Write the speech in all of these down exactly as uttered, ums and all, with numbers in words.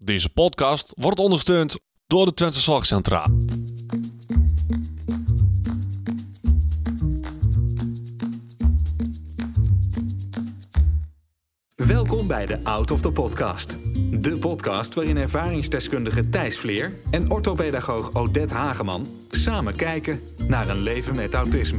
Deze podcast wordt ondersteund door de Twentse Zorgcentra. Welkom bij de Out of the Podcast. De podcast waarin ervaringsdeskundige Thijs Vleer en orthopedagoog Odette Hageman samen kijken naar een leven met autisme.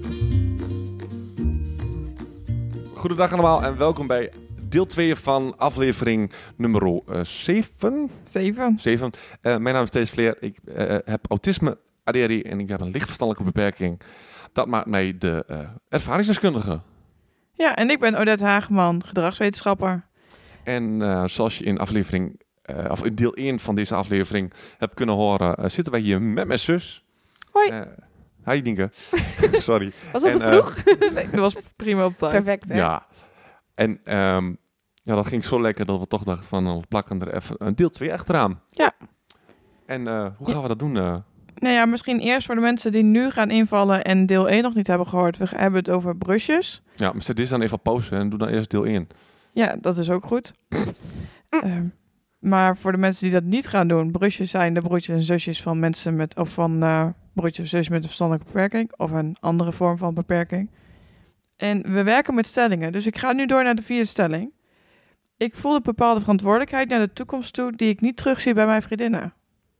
Goedendag allemaal en welkom bij deel twee van aflevering nummer zeven. Zeven. zeven. Uh, mijn naam is Thijs Vleer. Ik uh, heb autisme, A D H D en ik heb een licht verstandelijke beperking. Dat maakt mij de uh, ervaringsdeskundige. Ja, en ik ben Odette Hageman, gedragswetenschapper. En uh, zoals je in aflevering, uh, of in deel één van deze aflevering hebt kunnen horen, uh, zitten wij hier met mijn zus. Hoi. Uh, hi Dinke. Sorry. Was dat en, te vroeg? Uh, nee, dat was prima op tijd. Perfect, hè? Ja. En um, ja, dat ging zo lekker dat we toch dachten van, we plakken er even een deel twee achteraan. Ja. En uh, hoe gaan we dat doen? Uh? Nou ja, misschien eerst voor de mensen die nu gaan invallen en deel één nog niet hebben gehoord. We hebben het over brusjes. Ja, maar zet dit dan even op pauze en doe dan eerst deel één. Ja, dat is ook goed. uh, maar voor de mensen die dat niet gaan doen, brusjes zijn de broertjes en zusjes van mensen met, of van uh, broertjes en zusjes met een verstandelijke beperking of een andere vorm van beperking. En we werken met stellingen, dus ik ga nu door naar de vierde stelling. Ik voel een bepaalde verantwoordelijkheid naar de toekomst toe die ik niet terugzie bij mijn vriendinnen.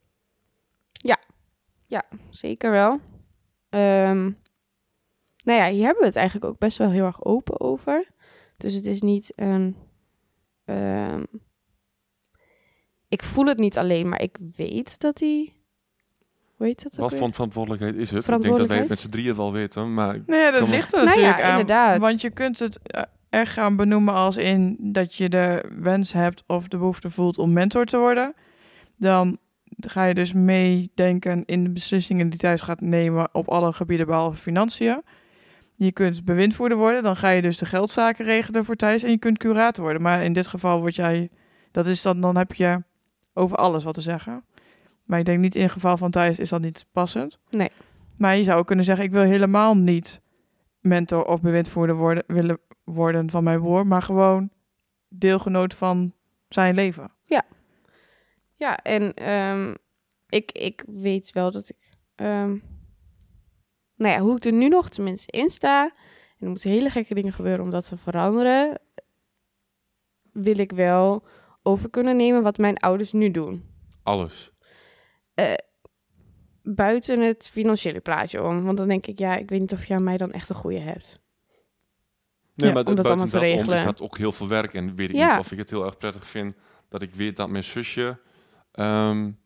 Ja, ja, zeker wel. Um, nou ja, hier hebben we het eigenlijk ook best wel heel erg open over. Dus het is niet een... Um, ik voel het niet alleen, maar ik weet dat die... Hoe heet dat? Wat voor verantwoordelijkheid is het? Verantwoordelijkheid? Ik denk dat wij het met z'n drieën wel weten, maar... Nee, ja, dat kan ligt er Nou natuurlijk ja, aan. inderdaad. Want je kunt het uh, echt gaan benoemen als in dat je de wens hebt of de behoefte voelt om mentor te worden. Dan ga je dus meedenken in de beslissingen die Thijs gaat nemen op alle gebieden behalve financiën. Je kunt bewindvoerder worden, dan ga je dus de geldzaken regelen voor Thijs en je kunt curator worden. Maar in dit geval word jij, dat is dan, dan heb je over alles wat te zeggen. Maar ik denk niet in het geval van Thijs is dat niet passend. Nee. Maar je zou ook kunnen zeggen, ik wil helemaal niet mentor of bewindvoerder worden, willen worden van mijn broer, maar gewoon deelgenoot van zijn leven. Ja. Ja, en um, ik, ik weet wel dat ik... Um, nou ja, hoe ik er nu nog tenminste in sta... en er moeten hele gekke dingen gebeuren om dat te veranderen... wil ik wel over kunnen nemen wat mijn ouders nu doen. Alles. Uh, buiten het financiële plaatje om. Want dan denk ik, ja, ik weet niet of je aan mij dan echt een goede hebt. Nee, ja, maar om dat allemaal buiten te dat om regelen. is dat ook heel veel werk. En weet ik Ja. niet of ik het heel erg prettig vind dat ik weet dat mijn zusje... Um,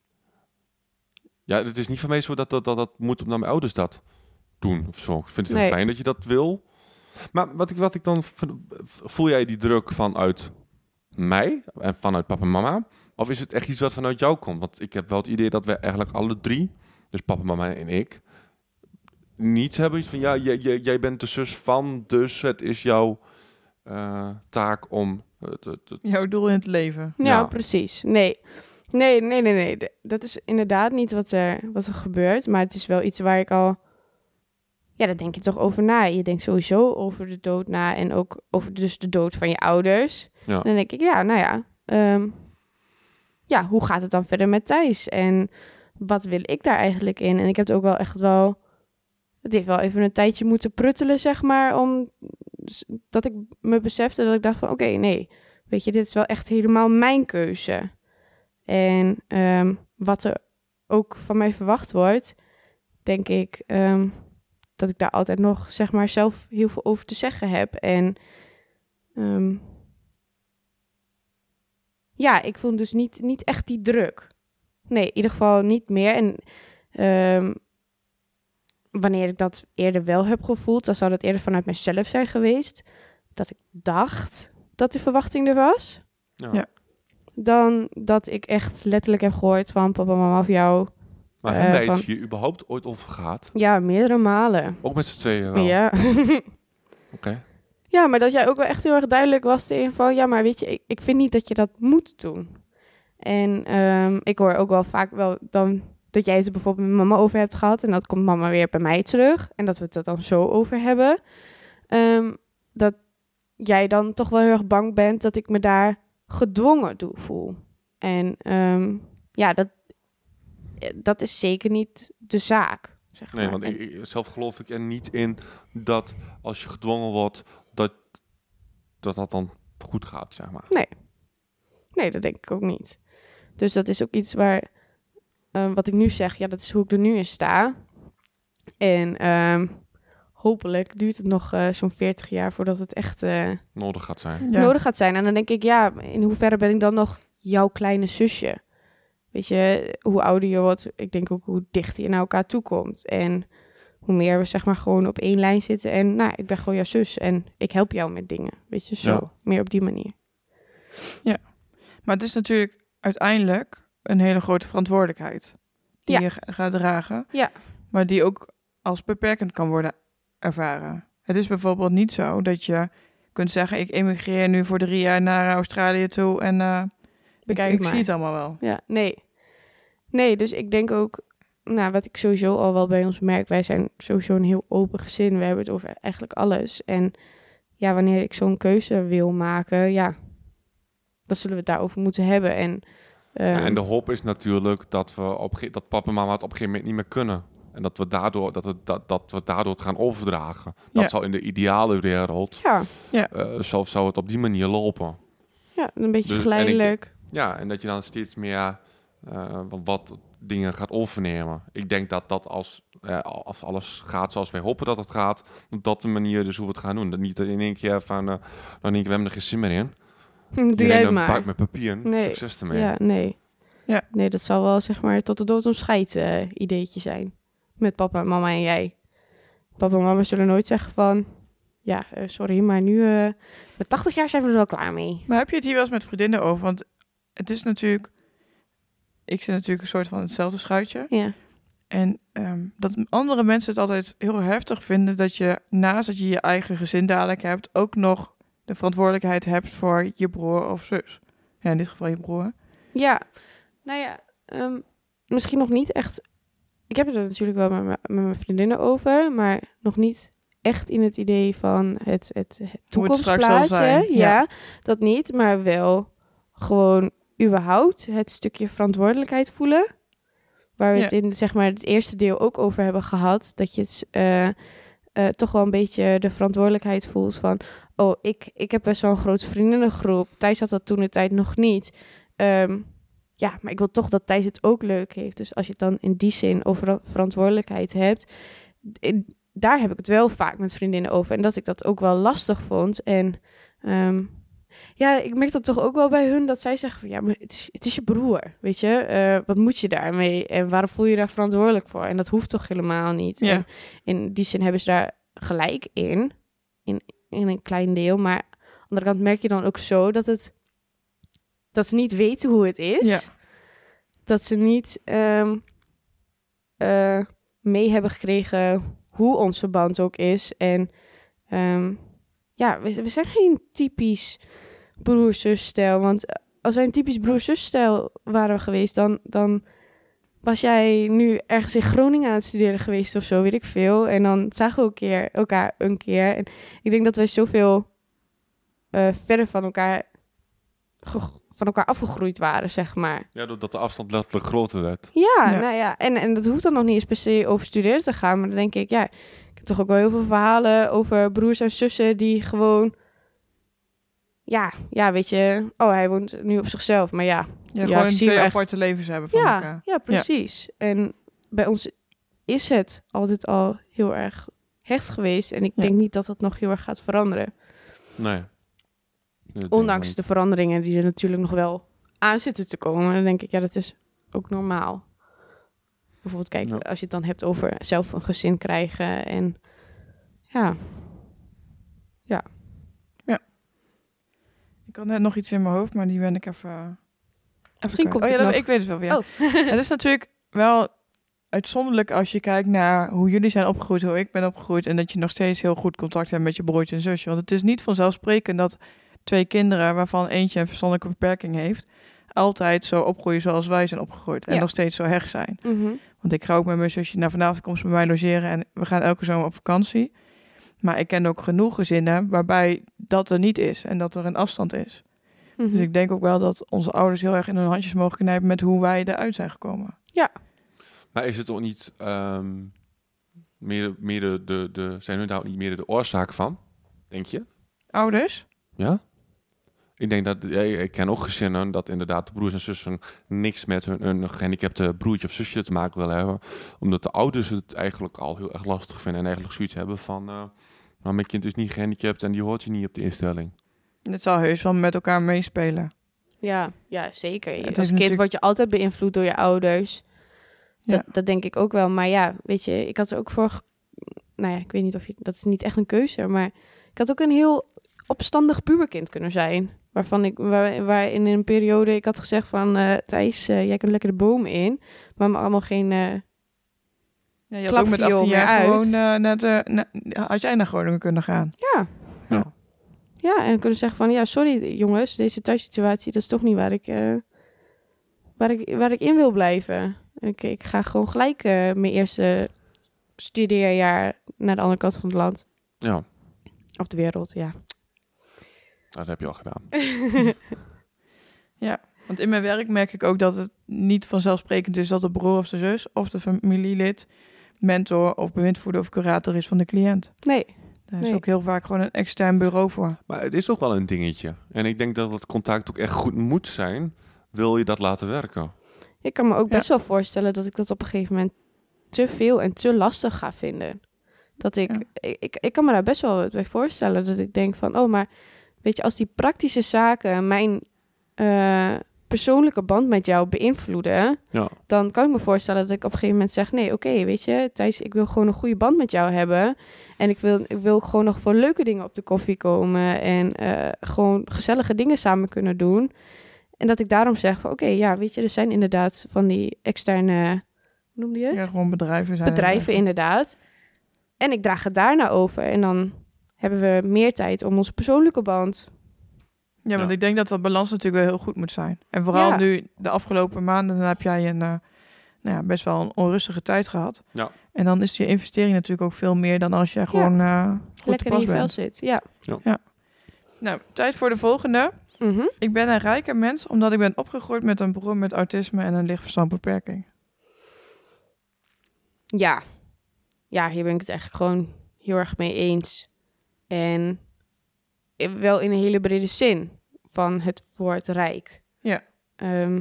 ja, het is niet van mij zo dat dat, dat, dat moet omdat mijn ouders dat doen of zo. Ik vind het heel Nee. fijn dat je dat wil. Maar wat ik, wat ik dan... Voel jij die druk vanuit mij en vanuit papa en mama? Of is het echt iets wat vanuit jou komt? Want ik heb wel het idee dat wij eigenlijk alle drie, dus papa, mama en ik, niet hebben iets van, ja, jij, jij, jij bent de zus van, dus het is jouw uh, taak om... Uh, te, te... Jouw doel in het leven. Ja, Ja. precies. Nee. Nee, nee, nee, nee. D- Dat is inderdaad niet wat er, wat er gebeurt. Maar het is wel iets waar ik al... Ja, daar denk je toch over na. Je denkt sowieso over de dood na. En ook over dus de dood van je ouders. Ja. En dan denk ik, ja, nou ja... Um, ja, hoe gaat het dan verder met Thijs? En wat wil ik daar eigenlijk in? En ik heb het ook wel echt wel... Het heeft wel even een tijdje moeten pruttelen, zeg maar. Om dat ik me besefte dat ik dacht van... Oké, okay, nee. Weet je, dit is wel echt helemaal mijn keuze. En um, wat er ook van mij verwacht wordt... denk ik um, dat ik daar altijd nog, zeg maar, zelf heel veel over te zeggen heb. En... Um, Ja, ik voel dus niet, niet echt die druk. Nee, in ieder geval niet meer. En um, wanneer ik dat eerder wel heb gevoeld... dan zou dat eerder vanuit mezelf zijn geweest. Dat ik dacht dat de verwachting er was. Ja. Ja. Dan dat ik echt letterlijk heb gehoord van papa, mama of jou. Maar Uh, hebben wij van... het hier überhaupt ooit over gehad? Ja, meerdere malen. Ook met z'n tweeën wel? Ja. Oké. Okay. Ja, maar dat jij ook wel echt heel erg duidelijk was erin van... ja, maar weet je, ik, ik vind niet dat je dat moet doen. En um, ik hoor ook wel vaak wel dan dat jij het er bijvoorbeeld met mama over hebt gehad... en dat komt mama weer bij mij terug. En dat we het er dan zo over hebben. Um, dat jij dan toch wel heel erg bang bent dat ik me daar gedwongen toe voel. En um, ja, dat, dat is zeker niet de zaak. Zeg Nee, maar. want ik, ik- zelf geloof ik er niet in dat als je gedwongen wordt, dat dat, dat dan goed gaat, zeg maar. Nee. Nee, dat denk ik ook niet. Dus dat is ook iets waar, uh, wat ik nu zeg, ja, dat is hoe ik er nu in sta. En um, hopelijk duurt het nog uh, zo'n veertig jaar voordat het echt uh, Nodig gaat zijn. Ja. nodig gaat zijn. En dan denk ik, ja, in hoeverre ben ik dan nog jouw kleine zusje? Weet je, hoe ouder je wordt, ik denk ook hoe dichter je naar elkaar toe komt. En hoe meer we zeg maar gewoon op één lijn zitten. En nou, ik ben gewoon jouw zus en ik help jou met dingen. Weet je, zo. Ja. Meer op die manier. Maar het is natuurlijk uiteindelijk een hele grote verantwoordelijkheid die Ja. je ga- gaat dragen. Ja. Maar die ook als beperkend kan worden ervaren. Het is bijvoorbeeld niet zo dat je kunt zeggen, ik emigreer nu voor drie jaar naar Australië toe en uh, Bekijk ik, ik maar. zie het allemaal wel. Ja, nee. Nee, dus ik denk ook, nou, wat ik sowieso al wel bij ons merk, wij zijn sowieso een heel open gezin. We hebben het over eigenlijk alles. En ja, wanneer ik zo'n keuze wil maken, ja, dan zullen we het daarover moeten hebben. En, um, Ja, en de hoop is natuurlijk dat we op ge- dat papa en mama het op een gegeven moment niet meer kunnen. En dat we daardoor, dat het, dat, dat we daardoor het gaan overdragen. Dat Ja. zou in de ideale wereld, ja, uh, zo zou het op die manier lopen. ja, een beetje Dus- geleidelijk. Ja, en dat je dan steeds meer uh, wat, wat dingen gaat overnemen. Ik denk dat dat als, uh, als alles gaat zoals wij hopen dat het gaat, dat dat de manier dus hoe we het gaan doen. Dat niet in één keer van, uh, nou in één keer, we hebben er geen zin meer in. Doe jij het een maar. bak met papier. Nee. Succes ermee. Ja, nee. Ja. Nee, dat zal wel zeg maar tot de dood ontscheid uh, ideetje zijn. Met papa, mama en jij. Papa en mama zullen nooit zeggen van, ja, uh, sorry, maar nu uh, met tachtig jaar zijn we er wel klaar mee. Maar heb je het hier wel eens met vriendinnen over? Want het is natuurlijk, ik zit natuurlijk een soort van hetzelfde schuitje. Ja. En um, dat andere mensen het altijd heel heftig vinden dat je naast dat je je eigen gezin dadelijk hebt, ook nog de verantwoordelijkheid hebt voor je broer of zus. Ja, in dit geval je broer. Ja, nou ja, um, misschien nog niet echt. Ik heb het er natuurlijk wel met, me, met mijn vriendinnen over, maar nog niet echt in het idee van het, het, het toekomstplaatje. Ja, ja, dat niet, maar wel gewoon überhaupt het stukje verantwoordelijkheid voelen. Waar we ja. het in zeg maar het eerste deel ook over hebben gehad, dat je het uh, uh, toch wel een beetje de verantwoordelijkheid voelt van, oh, ik, ik heb best wel een grote vriendinnengroep. Thijs had dat toen de tijd nog niet. Um, ja, maar ik wil toch dat Thijs het ook leuk heeft. Dus als je het dan in die zin over verantwoordelijkheid hebt, in, daar heb ik het wel vaak met vriendinnen over. En dat ik dat ook wel lastig vond. En um, ja, ik merk dat toch ook wel bij hun, dat zij zeggen van, ja, maar het is, het is je broer, weet je. Uh, wat moet je daarmee? En waarom voel je daar verantwoordelijk voor? En dat hoeft toch helemaal niet? Ja. En in die zin hebben ze daar gelijk in, in, in een klein deel. Maar aan de andere kant merk je dan ook zo dat het dat ze niet weten hoe het is. Ja. Dat ze niet um, uh, mee hebben gekregen hoe onze band ook is. En um, ja, we, we zijn geen typisch broer-zus-stijl. Want als wij een typisch broer-zus-stijl waren geweest, dan, dan was jij nu ergens in Groningen aan het studeren geweest of zo, weet ik veel. En dan zagen we een keer, elkaar een keer. En ik denk dat wij zoveel uh, verder van elkaar ge- van elkaar afgegroeid waren, zeg maar. Ja, doordat de afstand letterlijk groter werd. Ja, Ja. nou ja. En, en dat hoeft dan nog niet eens per se over studeren te gaan. Maar dan denk ik, ja, ik heb toch ook wel heel veel verhalen over broers en zussen die gewoon, ja, ja, weet je, oh, hij woont nu op zichzelf. Maar ja, Ja, Ja, gewoon ik zie twee hem echt- aparte levens hebben van ja, elkaar. ja, precies. En bij ons is het altijd al heel erg hecht geweest. En ik Ja. denk niet dat dat nog heel erg gaat veranderen. Nee. Dat Ondanks denk ik de veranderingen die er natuurlijk nog wel aan zitten te komen. Dan denk ik, ja, dat is ook normaal. Bijvoorbeeld, kijk, Ja. als je het dan hebt over zelf een gezin krijgen. En ja, Ik had net nog iets in mijn hoofd, maar die ben ik even... even misschien kwijt. komt oh, ja, het dat- nog. Ik weet het wel, ja. Oh. Het is natuurlijk wel uitzonderlijk als je kijkt naar hoe jullie zijn opgegroeid, hoe ik ben opgegroeid, en dat je nog steeds heel goed contact hebt met je broertje en zusje. Want het is niet vanzelfsprekend dat twee kinderen, waarvan eentje een verstandelijke beperking heeft, altijd zo opgroeien zoals wij zijn opgegroeid. En Ja. nog steeds zo hecht zijn. Mhm. Want ik ga ook met mijn zusje naar vanavond komt ze bij mij logeren en we gaan elke zomer op vakantie. Maar ik ken ook genoeg gezinnen waarbij dat er niet is en dat er een afstand is. Mhm. Dus ik denk ook wel dat onze ouders heel erg in hun handjes mogen knijpen met hoe wij eruit zijn gekomen. Maar is het ook niet ehm, meer, meer de, de, de... Zijn hun daar ook niet meer de oorzaak van? Denk je? Ouders? Ja? Ik denk dat... Ja, ik ken ook gezinnen dat inderdaad de broers en zussen niks met hun, hun gehandicapte broertje of zusje te maken willen hebben. Omdat de ouders het eigenlijk al heel erg lastig vinden. En eigenlijk zoiets hebben van... Uh, nou, mijn kind is niet gehandicapt en die hoort je niet op de instelling. Het zal heus wel met elkaar meespelen. Ja, ja, zeker. Het is Als kind natuurlijk- word je altijd beïnvloed door je ouders. Dat, Ja. dat denk ik ook wel. Maar ja, weet je, ik had er ook voor... ge- Nou ja, ik weet niet of je... Dat is niet echt een keuze, maar... Ik had ook een heel opstandig puberkind kunnen zijn. Waarvan ik... Waar, waar in een periode ik had gezegd van... Uh, Thijs, uh, jij kunt lekker de boom in. Maar me allemaal geen... Uh, Ja, je had ook met Klapviool achttien jaar meer uit. gewoon uh, net... Uh, na- had jij naar Groningen kunnen gaan? ja. Ja. Ja, en kunnen zeggen van... Ja, sorry jongens, deze thuissituatie... Dat is toch niet waar ik... Uh, waar ik, waar ik in wil blijven. Ik, ik ga gewoon gelijk uh, mijn eerste studeerjaar... naar de andere kant van het land. Ja, Of de wereld, ja. dat heb je al gedaan. Ja, want in mijn werk merk ik ook dat het niet vanzelfsprekend is dat de broer of de zus of de familielid mentor of bewindvoerder of curator is van de cliënt. Nee. Daar is Nee. ook heel vaak gewoon een extern bureau voor. Maar het is ook wel een dingetje. En ik denk dat het contact ook echt goed moet zijn. Wil je dat laten werken? Ik kan me ook Ja. best wel voorstellen dat ik dat op een gegeven moment te veel en te lastig ga vinden. Dat ik, Ja. ik, ik, ik kan me daar best wel wat bij voorstellen. Dat ik denk van, oh, maar weet je, als die praktische zaken mijn eh, persoonlijke band met jou beïnvloeden, Ja. dan kan ik me voorstellen dat ik op een gegeven moment zeg, nee, oké, weet je, Thijs, ik wil gewoon een goede band met jou hebben. En ik wil, ik wil gewoon nog voor leuke dingen op de koffie komen en eh, gewoon gezellige dingen samen kunnen doen. En dat ik daarom zeg van, oké, ja, weet je, er zijn inderdaad van die externe, hoe noemde je het? Ja, gewoon bedrijven zijn. Bedrijven inderdaad. En ik draag het daarna over. En dan hebben we meer tijd om onze persoonlijke band. Ja, want Ja. ik denk dat dat balans natuurlijk wel heel goed moet zijn. En vooral Ja. nu, de afgelopen maanden, dan heb jij een, uh, nou ja, best wel een onrustige tijd gehad. Ja. En dan is je investering natuurlijk ook veel meer dan als je gewoon uh, goed te Lekker in pas je vel bent. zit. Ja. Nou, tijd voor de volgende. Mhm. Ik ben een rijker mens omdat ik ben opgegroeid met een broer met autisme en een lichtverstandbeperking. Ja. Ja, hier ben ik het eigenlijk gewoon heel erg mee eens. En wel in een hele brede zin van het woord rijk. Ja. Ehm,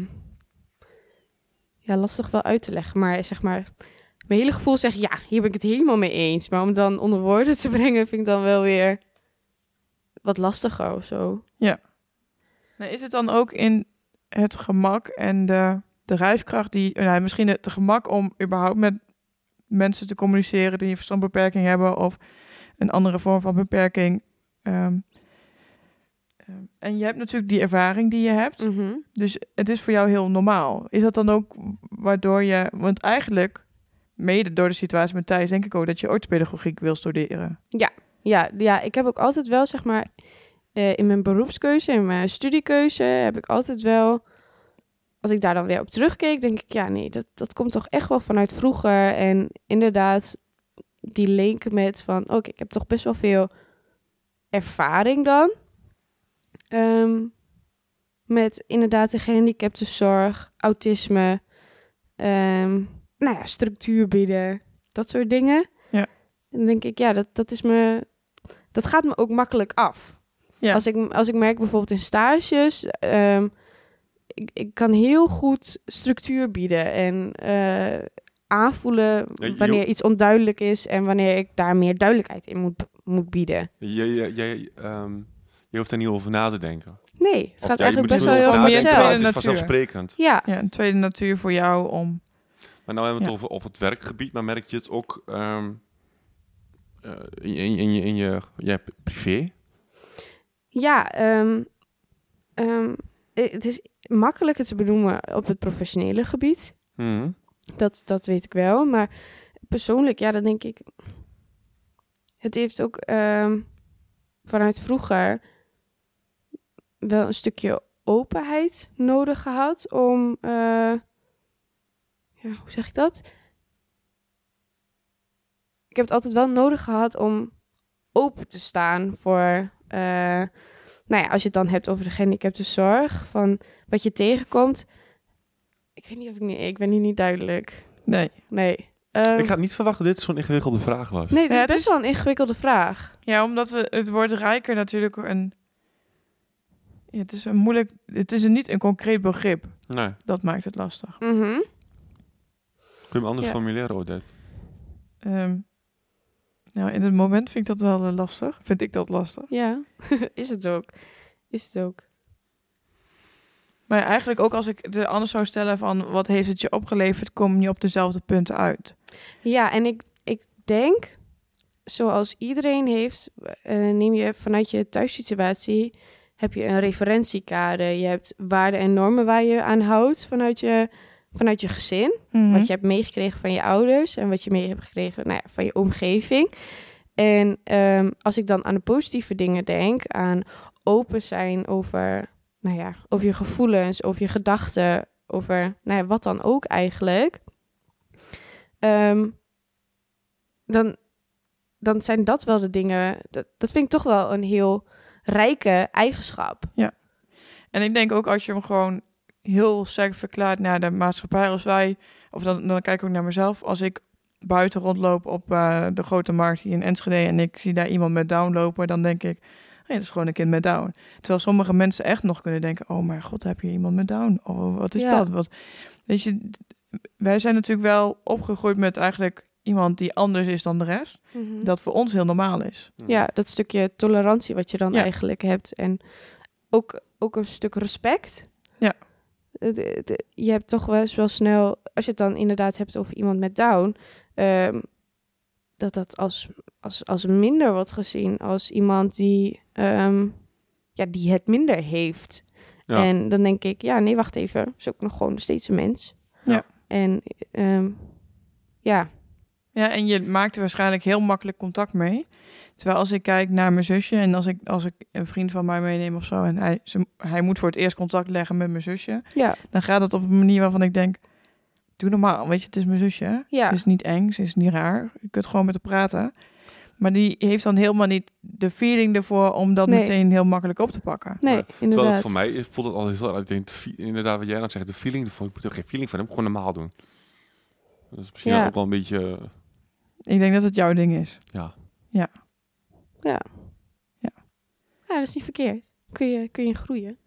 ja, lastig wel uit te leggen. Maar zeg maar, mijn hele gevoel zegt ja, hier ben ik het helemaal mee eens. Maar om het dan onder woorden te brengen vind ik dan wel weer wat lastiger of zo. Nou, is het dan ook in het gemak en de, de drijfkracht die, nou, misschien het gemak om überhaupt met mensen te communiceren die een verstandbeperking hebben of een andere vorm van beperking. Um, um, en je hebt natuurlijk die ervaring die je hebt. Mhm. Dus het is voor jou heel normaal. Is dat dan ook waardoor je... Want eigenlijk, mede door de situatie met Thijs, denk ik ook dat je orthopedagogiek wil studeren. Ja, ja, ik heb ook altijd wel, zeg maar, uh, in mijn beroepskeuze, in mijn studiekeuze, heb ik altijd wel, als ik daar dan weer op terugkeek, denk ik, ja, nee, dat, dat komt toch echt wel vanuit vroeger. En inderdaad, die link met van, oké, okay, ik heb toch best wel veel ervaring dan. Um, met inderdaad de gehandicaptenzorg, autisme, um, nou ja, structuur bieden, dat soort dingen. Ja. En dan denk ik, ja, dat, dat is me, dat gaat me ook makkelijk af. Ja. Als ik, als ik merk bijvoorbeeld in stages, um, ik, ik kan heel goed structuur bieden en uh, aanvoelen Ja, wanneer jo- iets onduidelijk is en wanneer ik daar meer duidelijkheid in moet, moet bieden. Je, je, je, um, je hoeft er niet over na te denken. Nee, het Of gaat ja, je eigenlijk moet best er wel over heel meer nadenken, tweede maar vanzelf. het is natuur. vanzelfsprekend. Ja, Ja, een tweede natuur voor jou om... Maar nou hebben we het Ja. over, over het werkgebied, maar merk je het ook um, uh, in, in, in je, in je ja, privé? ja um, um, het is makkelijker te benoemen op het professionele gebied. Mhm. Dat, dat weet ik wel. Maar persoonlijk, ja, dan denk ik... Het heeft ook um, vanuit vroeger wel een stukje openheid nodig gehad om... Uh, ja, hoe zeg ik dat? Ik heb het altijd wel nodig gehad om open te staan voor... Uh, nou ja, als je het dan hebt over de gehandicaptenzorg, van wat je tegenkomt. Ik weet niet of ik niet, ik ben hier niet duidelijk. Nee. Nee. Um, Ik had niet verwachten dat dit zo'n ingewikkelde vraag was. Nee, het is Ja, het best is- wel een ingewikkelde vraag. Ja, omdat we het woord rijker natuurlijk een... Ja, het is een moeilijk... Het is een, niet een concreet begrip. Nee. Dat maakt het lastig. Mhm. Kun je hem anders Ja. formuleren, Odette? Ehm, nou, in het moment vind ik dat wel eh, lastig. Vind ik dat lastig. Ja, is het ook. Is het ook. Maar eigenlijk ook als ik de anders zou stellen van... wat heeft het je opgeleverd, kom je op dezelfde punten uit. Ja, en ik, ik denk, zoals iedereen heeft, eh, neem je vanuit je thuissituatie, heb je een referentiekader. Je hebt waarden en normen waar je aan houdt vanuit je, vanuit je gezin. Mhm. Wat je hebt meegekregen van je ouders en wat je mee hebt gekregen nou ja, van je omgeving. En ehm, als ik dan aan de positieve dingen denk, aan open zijn over, nou ja, over je gevoelens, over je gedachten, over nou ja, wat dan ook eigenlijk. Ehm, dan, dan zijn dat wel de dingen, dat, dat vind ik toch wel een heel rijke eigenschap. En ik denk ook als je hem gewoon heel sterk verklaart naar de maatschappij als wij... of dan, dan kijk ik ook naar mezelf. Als ik buiten rondloop op uh, de grote markt hier in Enschede... en ik zie daar iemand met Down lopen, dan denk ik... hey, dat is gewoon een kind met Down. Terwijl sommige mensen echt nog kunnen denken... oh mijn god, heb je iemand met Down? Oh, wat is Ja. dat? Wat, weet je, d- wij zijn natuurlijk wel opgegroeid met eigenlijk iemand die anders is dan de rest. Dat voor ons heel normaal is. Ja, dat stukje tolerantie wat je dan Ja. eigenlijk hebt. En ook, ook een stuk respect. Ja. De- de- de- je hebt toch wel eens wel snel, als je het dan inderdaad hebt over iemand met Down, ehm, dat dat als, als, als minder wordt gezien. Als iemand die, ehm, ja, die het minder heeft. Ja. En dan denk ik, ja, nee, wacht even. Is ook nog gewoon steeds een mens. Ja. En ehm, ja, Ja, en je maakt er waarschijnlijk heel makkelijk contact mee. Terwijl als ik kijk naar mijn zusje... en als ik, als ik een vriend van mij meeneem of zo... en hij, ze, hij moet voor het eerst contact leggen met mijn zusje... ja, dan gaat het op een manier waarvan ik denk... doe normaal, weet je, het is mijn zusje. Hè? Ja. Ze is niet eng, ze is niet raar. Je kunt gewoon met haar praten. Maar die heeft dan helemaal niet de feeling ervoor... om dat Nee. meteen heel makkelijk op te pakken. nee, Maar Terwijl inderdaad. het voor mij is- voelt het altijd heel erg. Ik denk, de fe- inderdaad, wat jij dan zegt, de feeling ervan. Ik moet er geen feeling van hebben, gewoon normaal doen. Dat is misschien Ja. ook wel een beetje, uh, Ik denk dat het jouw ding is. ja. Ja. Ja. Ja, dat is niet verkeerd. Kun je, kun je groeien.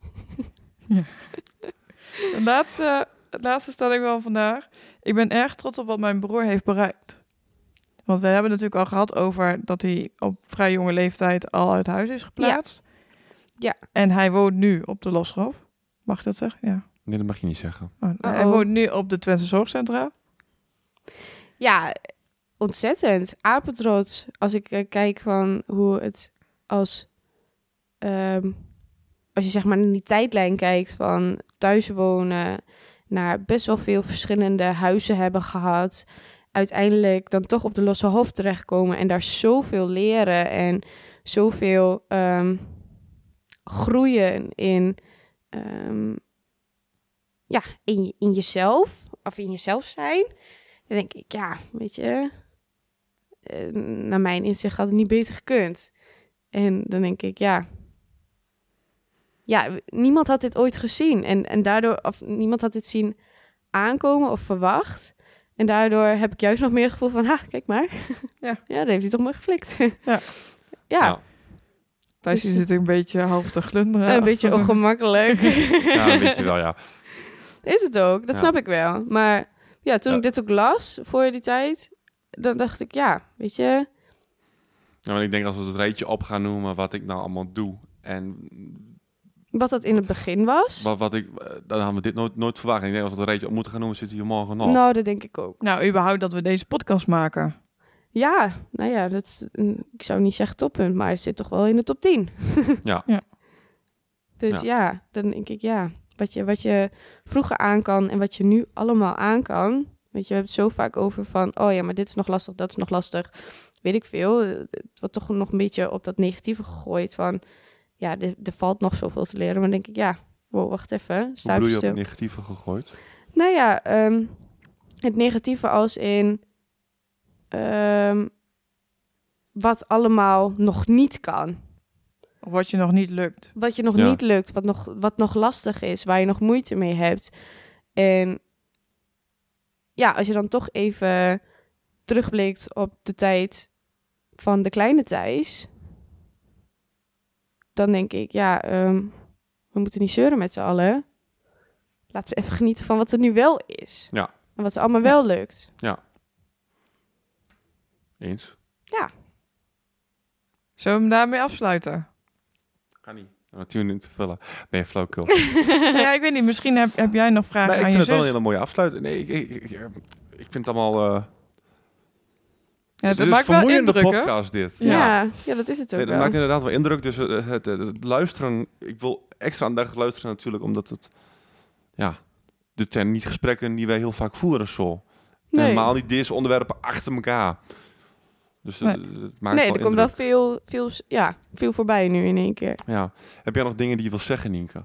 De laatste, het laatste stelling van vandaag. Ik ben erg trots op wat mijn broer heeft bereikt. Want we hebben het natuurlijk al gehad over dat hij op vrij jonge leeftijd al uit huis is geplaatst. Ja. En hij woont nu op de Losgraf. Mag ik dat zeggen? Ja. Nee, dat mag je niet zeggen. Oh, hij Uh-oh. woont nu op de Twentse Zorgcentra. Ja, ontzettend. Apetrots. Als ik eh, kijk van hoe het als... ehm, als je zeg maar naar die tijdlijn kijkt van thuis wonen... naar best wel veel verschillende huizen hebben gehad... uiteindelijk dan toch op de losse hoofd terechtkomen... en daar zoveel leren en zoveel ehm, groeien in... ehm, ja, in, je- in jezelf, of in jezelf zijn... Dan denk ik, ja, weet je... eh, naar mijn inzicht had het niet beter gekund. En dan denk ik, ja... Ja, niemand had dit ooit gezien. En, en daardoor, of niemand had dit zien aankomen of verwacht. En daardoor heb ik juist nog meer het gevoel van... Ha, kijk maar. Ja. Ja, dat heeft hij toch mooi geflikt. Ja. ja. Ja. Thijs Dus- zit een beetje half te glunderen. Een achter beetje zijn- ongemakkelijk. Ja, een beetje wel, ja. Is het ook, dat Ja. snap ik wel. Maar ja, toen Ja. ik dit ook las voor die tijd... dan dacht ik, ja, weet je... Ja, maar ik denk als we het rijtje op gaan noemen wat ik nou allemaal doe en wat dat in het begin was. wat, wat ik, eh, dan hadden we dit nooit, nooit verwacht. En ik denk als we het rijtje op moeten gaan noemen, zitten we hier morgen nog. Nou, dat denk ik ook. Nou, überhaupt dat we deze podcast maken. Ja, nou ja, dat is, een- ik zou niet zeggen toppunt, maar het zit toch wel in de top tien. Ja. Ja. Dus Ja. ja. dan denk ik, ja, wat je, wat je vroeger aan kan en wat je nu allemaal aan kan. Weet je, we hebben het zo vaak over van, oh ja, maar dit is nog lastig, dat is nog lastig. Weet ik veel. Het wordt toch nog een beetje op dat negatieve gegooid van, ja, er, er valt nog zoveel te leren. Maar dan denk ik, ja, wow, wacht even. Hoe Sta bedoel even je op stil. negatieve gegooid? Nou ja, ehm, het negatieve als in ehm, wat allemaal nog niet kan. Of wat je nog niet lukt. Wat je nog Ja. niet lukt, wat nog, wat nog lastig is, waar je nog moeite mee hebt. En ja, als je dan toch even terugblikt op de tijd van de kleine Thijs, dan denk ik, ja, um, we moeten niet zeuren met z'n allen. Laten we even genieten van wat er nu wel is. Ja. En wat er allemaal wel lukt. Eens? Ja. Zullen we hem daarmee afsluiten? Ga niet. Nou, tien minuten te vullen. Nee, flauwkul. Ja, ik weet niet. Misschien heb, heb jij nog vragen Nee, ik aan vind je het wel zus. een hele mooie afsluiting. Nee, ik, ik, ik, ik vind het allemaal... Uh, Ja, het dat is maakt een wel vermoeiende indruk, hè? podcast, dit. Ja, ja. ja dat is het ook Nee, dat wel. maakt inderdaad wel indruk. Dus het, het, het, het luisteren... Ik wil extra aandachtig luisteren natuurlijk, omdat het... Ja, dit zijn niet gesprekken die wij heel vaak voeren zo. Nee. Helemaal niet deze onderwerpen achter elkaar. Dus Nee. het, het maakt Nee, wel er komt wel indruk. veel, veel, ja, veel voorbij nu in één keer. Ja. Heb jij nog dingen die je wil zeggen, Nienke?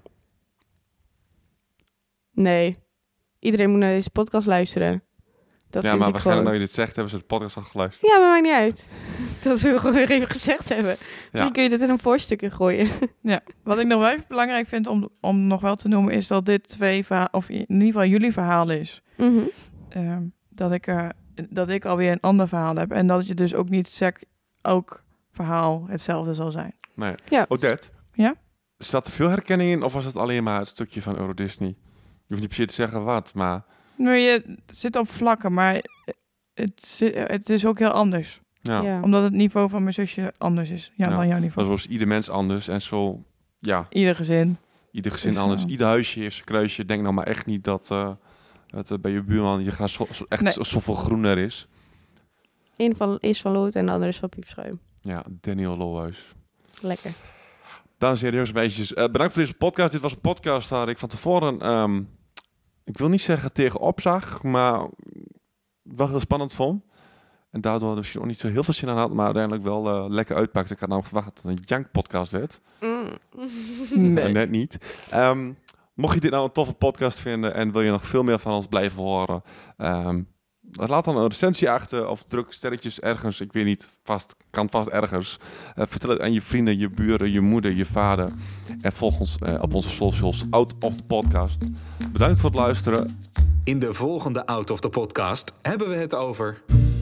Nee. Iedereen moet naar deze podcast luisteren. Dat ja, vind maar ik waarschijnlijk gewoon. nou je dit zegt, hebben ze de podcast al geluisterd. Ja, maar maakt niet uit. Dat we gewoon weer even gezegd hebben. Misschien Ja. kun je dit in een voorstukje gooien. Ja, wat ik nog wel even belangrijk vind om, om nog wel te noemen... is dat dit twee verhalen, of in ieder geval jullie verhaal is. Mhm. Ehm, dat, ik, uh, dat ik alweer een ander verhaal heb. En dat je dus ook niet zegt... elk verhaal hetzelfde zal zijn. Nee. Ja. Odette? Ja? Zat er veel herkenning in of was het alleen maar het stukje van Euro Disney? Je hoeft niet per se te zeggen wat, maar... Maar je zit op vlakken, maar het, zit- het is ook heel anders. Ja. Ja. Omdat het niveau van mijn zusje anders is ja, Ja. dan jouw Maar niveau. zoals ieder mens anders en zo... Ja, Ieder gezin. ieder gezin Dus, anders. uh, Ieder huisje heeft zijn kruisje. Denk nou maar echt niet dat... Uh, het uh, bij je buurman je gaat zo, zo- echt Nee. zo- zoveel groener is. Eén van, is van Lood en de andere is van Piepschuim. Ja, Daniel Lohuis. Lekker. Dames en heren, jongens en meisjes. Uh, bedankt voor deze podcast. Dit was een podcast waar ik van tevoren... Um, ik wil niet zeggen tegenop zag, maar wel heel spannend vond. En daardoor misschien nog niet zo heel veel zin aan had, maar uiteindelijk wel uh, lekker uitpakte. Ik had namelijk verwacht dat het een jank-podcast werd. Mm. Nee. Uh, net niet. Um, mocht je dit nou een toffe podcast vinden en wil je nog veel meer van ons blijven horen... Um, laat dan een recensie achter of druk sterretjes ergens. Ik weet niet, vast, kan vast ergens. Uh, vertel het aan je vrienden, je buren, je moeder, je vader. En volg ons uh, op onze socials, Out of the Podcast. Bedankt voor het luisteren. In de volgende Out of the Podcast hebben we het over...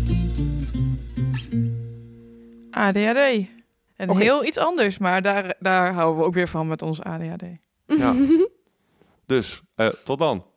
A D H D. En Oké. heel iets anders, maar daar, daar houden we ook weer van met ons A D H D. Ja. Dus, uh, tot dan.